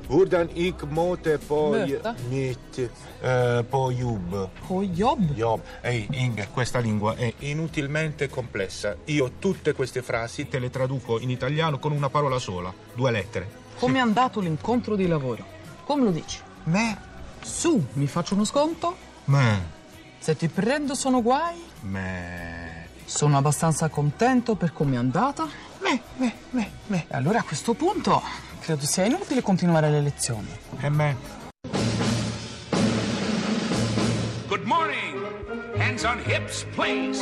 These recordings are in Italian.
Hurdan ik mote poi Möta? mitt pojub. Jobb? Ehi Inge, questa lingua è inutilmente complessa. Io tutte queste frasi te le traduco in italiano con una parola sola, 2 lettere. Come è andato l'incontro di lavoro? Come lo dici? Me, Su, mi faccio uno sconto? me, Se ti prendo sono guai? me, Sono abbastanza contento per come è andata? me. E allora a questo punto credo sia inutile continuare le lezioni. E me. Good morning. Hands on hips, please.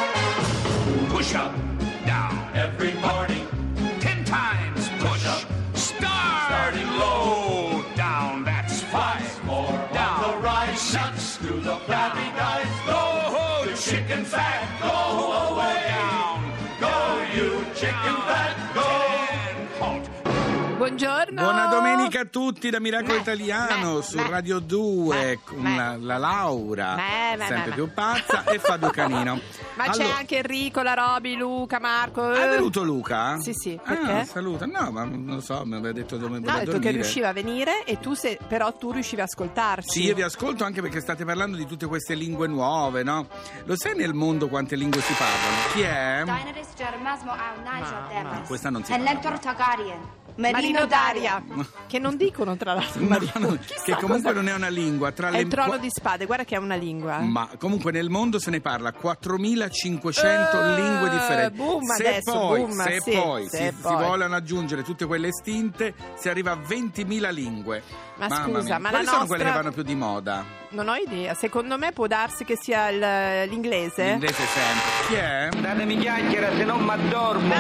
Push up, down. Every morning. 10 times push up. Starting low, down. That's 5 more. Down. On the rise, 6 through the flabby guys. Go, the chicken fat. Go away. Down. Go, you chicken fat. Go. 10. Halt. Buongiorno. Buona domenica a tutti da Miracolo Italiano su Radio 2 con la Laura, sempre più pazza, e Fabio Canino. Ma c'è anche Enrico, la Roby, Luca, Marco. È venuto Luca? Sì, perché? Saluta. No, ma non lo so, mi aveva detto dove voleva No, ha detto dormire. che riusciva a venire e però tu riuscivi a ascoltarci. Sì, io vi ascolto anche perché state parlando di tutte queste lingue nuove, no? Lo sai nel mondo quante lingue si parlano? Chi è? Daenerys Jarmasmo Aunai Questa non si Elector Targaryen. Marino Daria, che non dicono tra l'altro Marino. Chissà che comunque cosa- non è una lingua. È il trono di spade, guarda che è una lingua. Ma comunque nel mondo se ne parla 4.500 lingue differenti. Boom se adesso, poi, boom, se sì, poi se si poi. vogliono aggiungere tutte quelle estinte, si arriva a 20.000 lingue. Ma Mamma scusa, mia. ma quali la sono quelle che nostra- vanno più di moda? Non ho idea, secondo me può darsi che sia l'inglese. L'inglese sempre. Chi è? Datemi chiacchiera, se non mi addormo.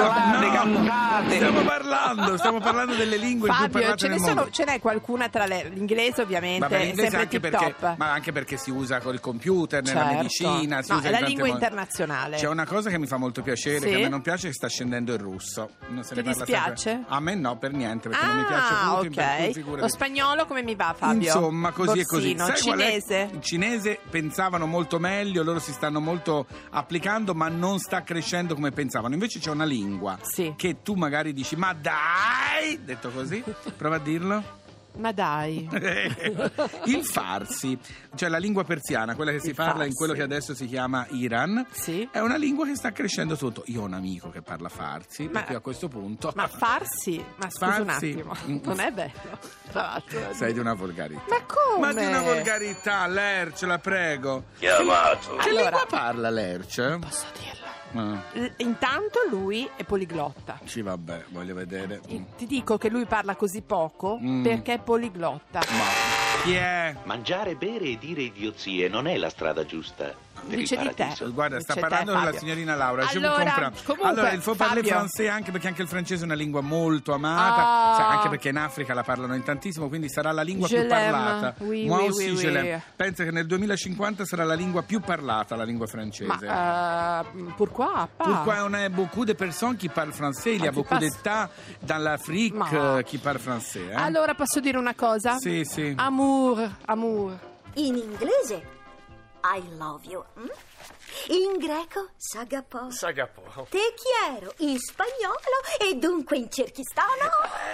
No, stiamo parlando delle lingue più Fabio, parlate nel mondo. ce n'è qualcuna tra l'inglese ovviamente, Vabbè, è l'inglese sempre anche tip perché, top. ma anche perché si usa col computer, nella Certo. medicina, si No, usa è in la tante lingua modi. internazionale. C'è una cosa che mi fa molto piacere, Sì? che a me non piace, che sta scendendo il russo. Non se Ti ne parla dispiace? sempre. A me no, per niente, perché non mi piace Putin, per cui ok. figurati. Lo spagnolo come mi va, Fabio? Insomma, così e così. Borsino. Sai qual è? Cinese? Il cinese pensavano molto meglio, loro si stanno molto applicando, ma non sta crescendo come pensavano. Invece c'è una lingua Sì. che tu magari dici, ma dai, detto così, prova a dirlo. Ma dai. Il farsi, cioè la lingua persiana, quella che si parla farsi. in quello che adesso si chiama Iran, Sì. è una lingua che sta crescendo tutto. Io ho un amico che parla farsi, Ma- perché a questo punto Ma farsi? Ma scusa un Farsi. attimo, non è bello. Tra l'altro. sei di una volgarità. Ma come? Ma di una volgarità, Lerch, la prego. Chiamato. Che Allora- lingua parla Lerch? Posso dirlo? Ah, Intanto lui è poliglotta. sì, vabbè, voglio vedere. Ti dico che lui parla così poco perché è poliglotta. Ma chi è? Mangiare, bere e dire idiozie non è la strada giusta per Dice il di te. paradiso. Guarda, sta Dice parlando te, della Fabio. signorina Laura. Je vous Allora, comprends. comunque, Allora, il faut parler Fabio. français anche perché anche il francese è una lingua molto amata, Ah. sai, anche perché in Africa la parlano in tantissimo, quindi sarà la lingua Je più l'aime. parlata. Oui, Moi oui, aussi, oui, je oui. l'aime. Pensa che nel 2050 sarà la lingua più parlata, la lingua francese. Ma pourquoi pas? Pourquoi on a beaucoup de personnes qui parlent français, il y a Ah, qui beaucoup passe- d'États dans l'Afrique Ma- qui parlent français. Allora posso dire una cosa? Sì, sì. Amour. In inglese I love you. In greco Sagapo. Te quiero. In spagnolo e dunque in circhistano.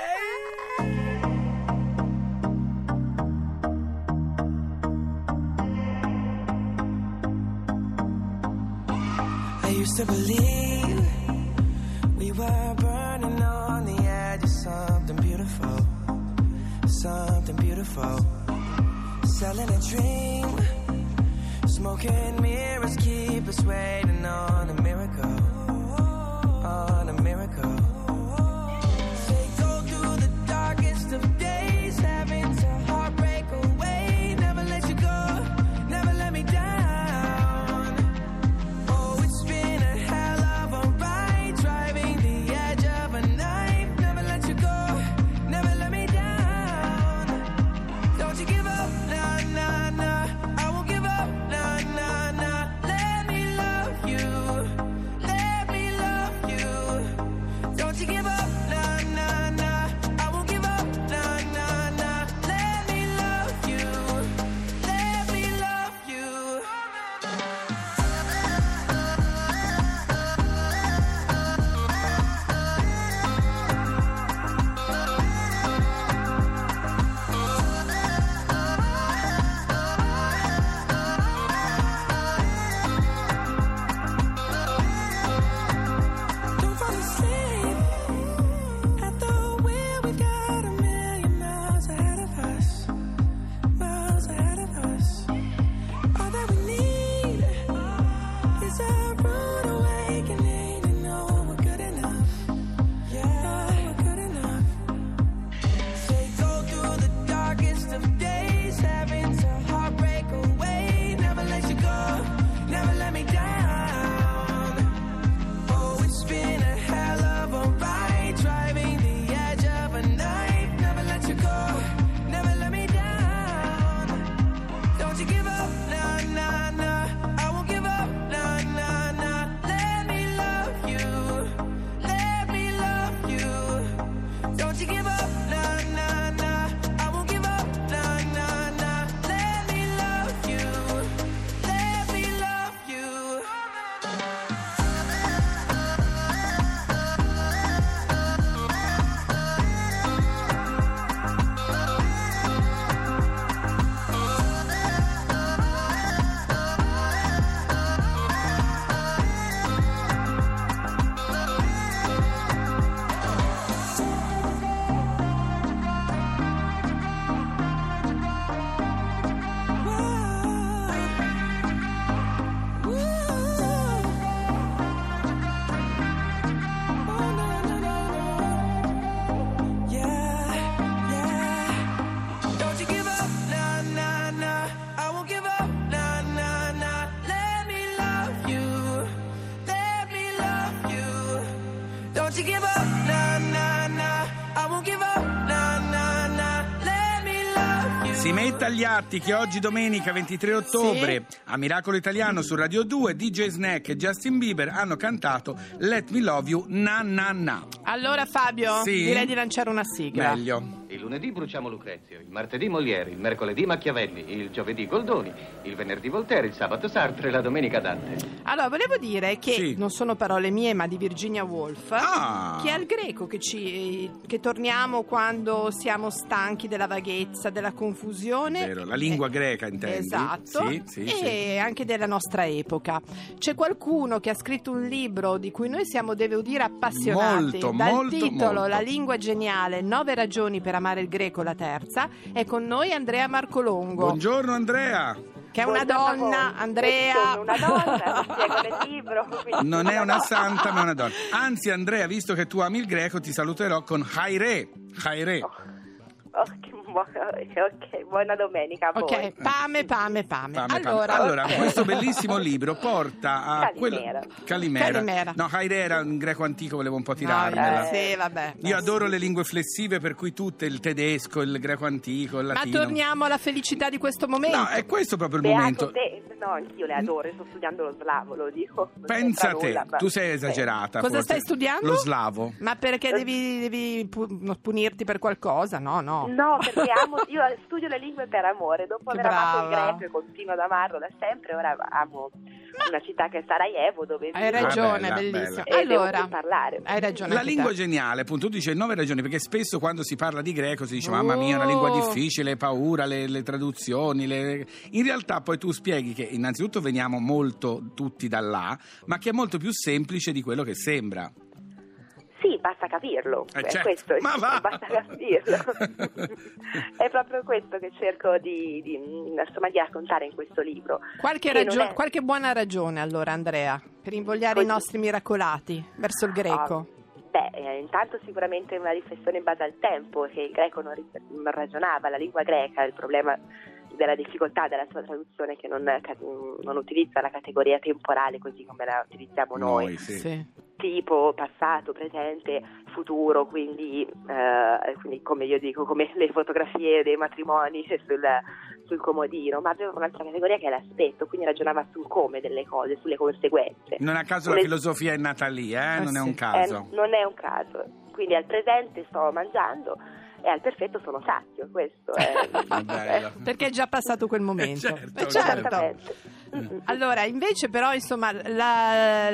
I used to believe we were burning on the edge of something beautiful, something beautiful. Selling a dream, smoking mirrors keep us waiting on a miracle, on a miracle. They go through the darkest of days, having to heartbreak away. Never let you go, never let me down. Oh, it's been a hell of a ride, driving the edge of a knife. Never let you go, never let me down. Don't you give up, nah, nah, nah. I won't give up, nah, nah, nah. Let me love you, let me love you. Don't Si metta agli atti che oggi domenica 23 ottobre a Miracolo Italiano su Radio 2 DJ Snack e Justin Bieber hanno cantato Let Me Love You Na Na Na. Allora Fabio, direi di lanciare una sigla. Meglio. Il lunedì bruciamo Lucrezio, il martedì Molière, il mercoledì Machiavelli, il giovedì Goldoni, il venerdì Voltaire, il sabato Sartre e la domenica Dante. Allora, volevo dire che non sono parole mie ma di Virginia Woolf, che è al greco che torniamo quando siamo stanchi della vaghezza, della confusione. Vero, la lingua greca intendi? Esatto, e anche della nostra epoca. C'è qualcuno che ha scritto un libro di cui noi siamo, devo dire, appassionati. Dal titolo La lingua geniale, 9 ragioni per amare il greco, la terza. È con noi Andrea Marcolongo. Buongiorno Andrea. Che è una donna, Andrea. Sono una donna, mi spiego nel libro. Non è una santa, ma è una donna. Anzi, Andrea, visto che tu ami il greco, ti saluterò con Haire. Haire. Ok, buona domenica a voi. Ok, pame. Allora, questo bellissimo libro porta a Calimera. No, Haire era un greco antico, volevo un po' tirare. Sì, vabbè. Io adoro le lingue flessive, per cui tutte, il tedesco, il greco antico, il latino. Ma torniamo alla felicità di questo momento. No, è questo proprio il momento. No, anch'io le adoro, sto studiando lo slavo, lo dico. Pensa a te, tu sei esagerata. Cosa forse. Stai studiando? Lo slavo. Ma perché devi punirti per qualcosa? No. No, perché io studio le lingue per amore. Dopo aver amato il greco e continuo ad amarlo da sempre, ora amo una città che è Sarajevo, dove hai ragione, bellissimo. Allora, parlare. Hai ragione. La lingua geniale, appunto, tu dici 9 ragioni, perché spesso quando si parla di greco si dice mamma mia, è una lingua difficile, paura, le traduzioni, in realtà poi tu spieghi che innanzitutto veniamo molto tutti da là, ma che è molto più semplice di quello che sembra. Sì, basta capirlo, certo. Questo, ma va. Basta capirlo. È proprio questo che cerco di raccontare in questo libro. Qualche buona ragione allora, Andrea, per invogliare i nostri miracolati verso il greco? Intanto sicuramente una riflessione in base al tempo, che il greco non ragionava, la lingua greca, il problema della difficoltà della sua traduzione che non utilizza la categoria temporale così come la utilizziamo noi. Tipo passato, presente, futuro, quindi come io dico, come le fotografie dei matrimoni sul comodino, ma aveva un'altra categoria che è l'aspetto, quindi ragionava sul come delle cose, sulle conseguenze. Non a caso la filosofia è nata lì, non è un caso. Non è un caso, quindi al presente sto mangiando e al perfetto sono sazio, questo è perché è già passato quel momento. Certo. Allora, invece però, insomma, la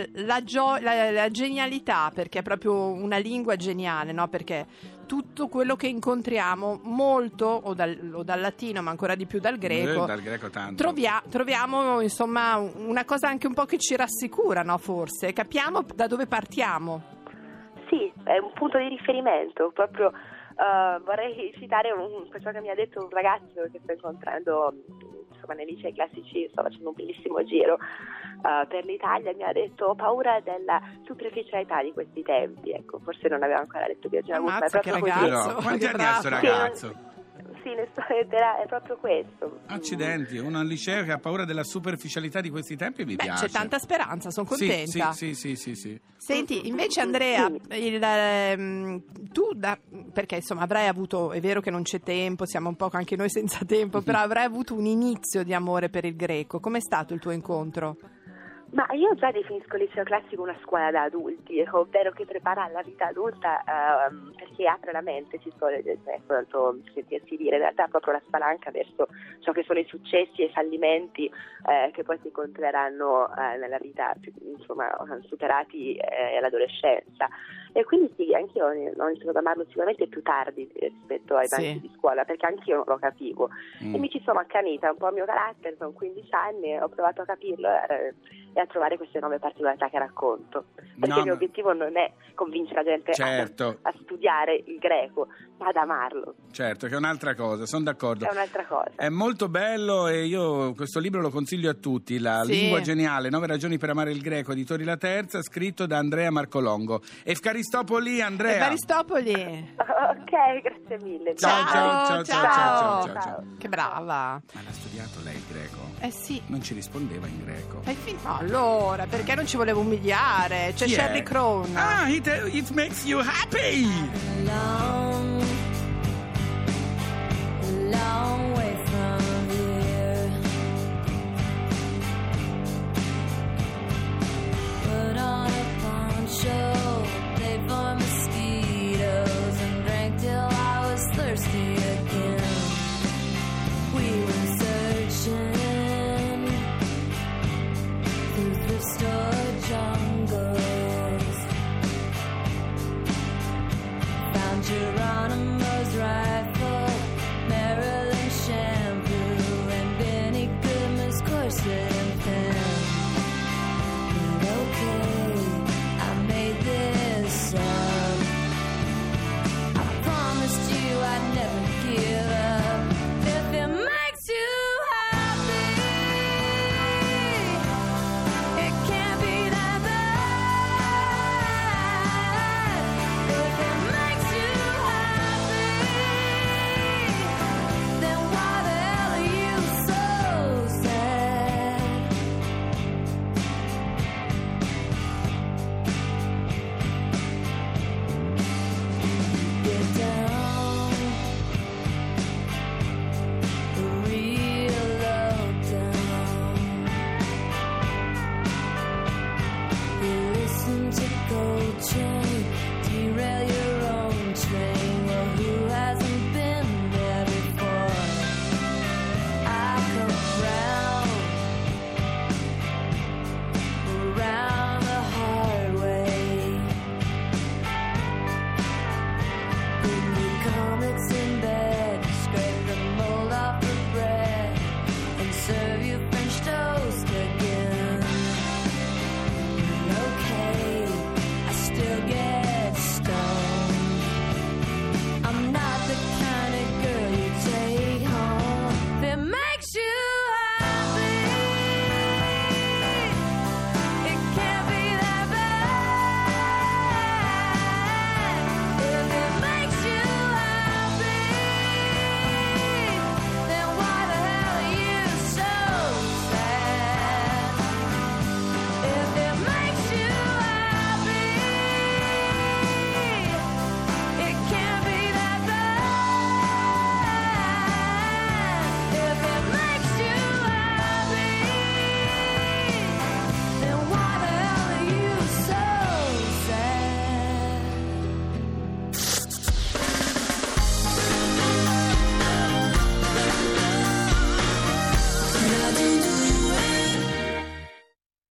genialità, perché è proprio una lingua geniale, no? Perché tutto quello che incontriamo, molto o dal latino, ma ancora di più dal greco, tanto. troviamo insomma una cosa anche un po' che ci rassicura, no? Forse capiamo da dove partiamo. Sì, è un punto di riferimento, proprio. Vorrei citare quello che mi ha detto un ragazzo che sto incontrando nei licei classici, sto facendo un bellissimo giro per l'Italia, mi ha detto ho paura della superficialità di questi tempi, ecco, forse non aveva ancora letto Virginia Woolf, è proprio così. Quanti anni ha questo ragazzo? Sì, è proprio questo. Accidenti, un liceo che ha paura della superficialità di questi tempi mi piace. C'è tanta speranza, sono contenta. Sì. Senti, invece Andrea, perché insomma avrai avuto, è vero che non c'è tempo, siamo un po' anche noi senza tempo, però avrai avuto un inizio di amore per il greco. Com'è stato il tuo incontro? Ma io già definisco il liceo classico una scuola da adulti, ovvero che prepara alla vita adulta perché apre la mente, quanto sentirsi dire, in realtà è proprio la spalanca verso ciò che sono i successi e i fallimenti che poi si incontreranno nella vita, superati all'adolescenza. E quindi sì, anch'io ho iniziato ad amarlo sicuramente più tardi rispetto ai banchi di scuola, perché anch'io non lo capivo e mi ci sono accanita un po' il mio carattere, sono 15 anni, ho provato a capirlo e a trovare queste 9 particolarità che racconto, perché il mio obiettivo non è convincere la gente a studiare il greco, ma ad amarlo. Certo, che è un'altra cosa, sono d'accordo. È un'altra cosa. È molto bello e io questo libro lo consiglio a tutti, La lingua geniale, 9 ragioni per amare il greco, editori La Terza, scritto da Andrea Marcolongo. Efcaristopoli, Andrea. Efcaristopoli. Ok, grazie mille. Ciao. Che brava. Ma l'ha studiato lei il greco? Sì. Non ci rispondeva in greco. Allora, perché non ci volevo umiliare? C'è Sherry Crown. It makes you happy.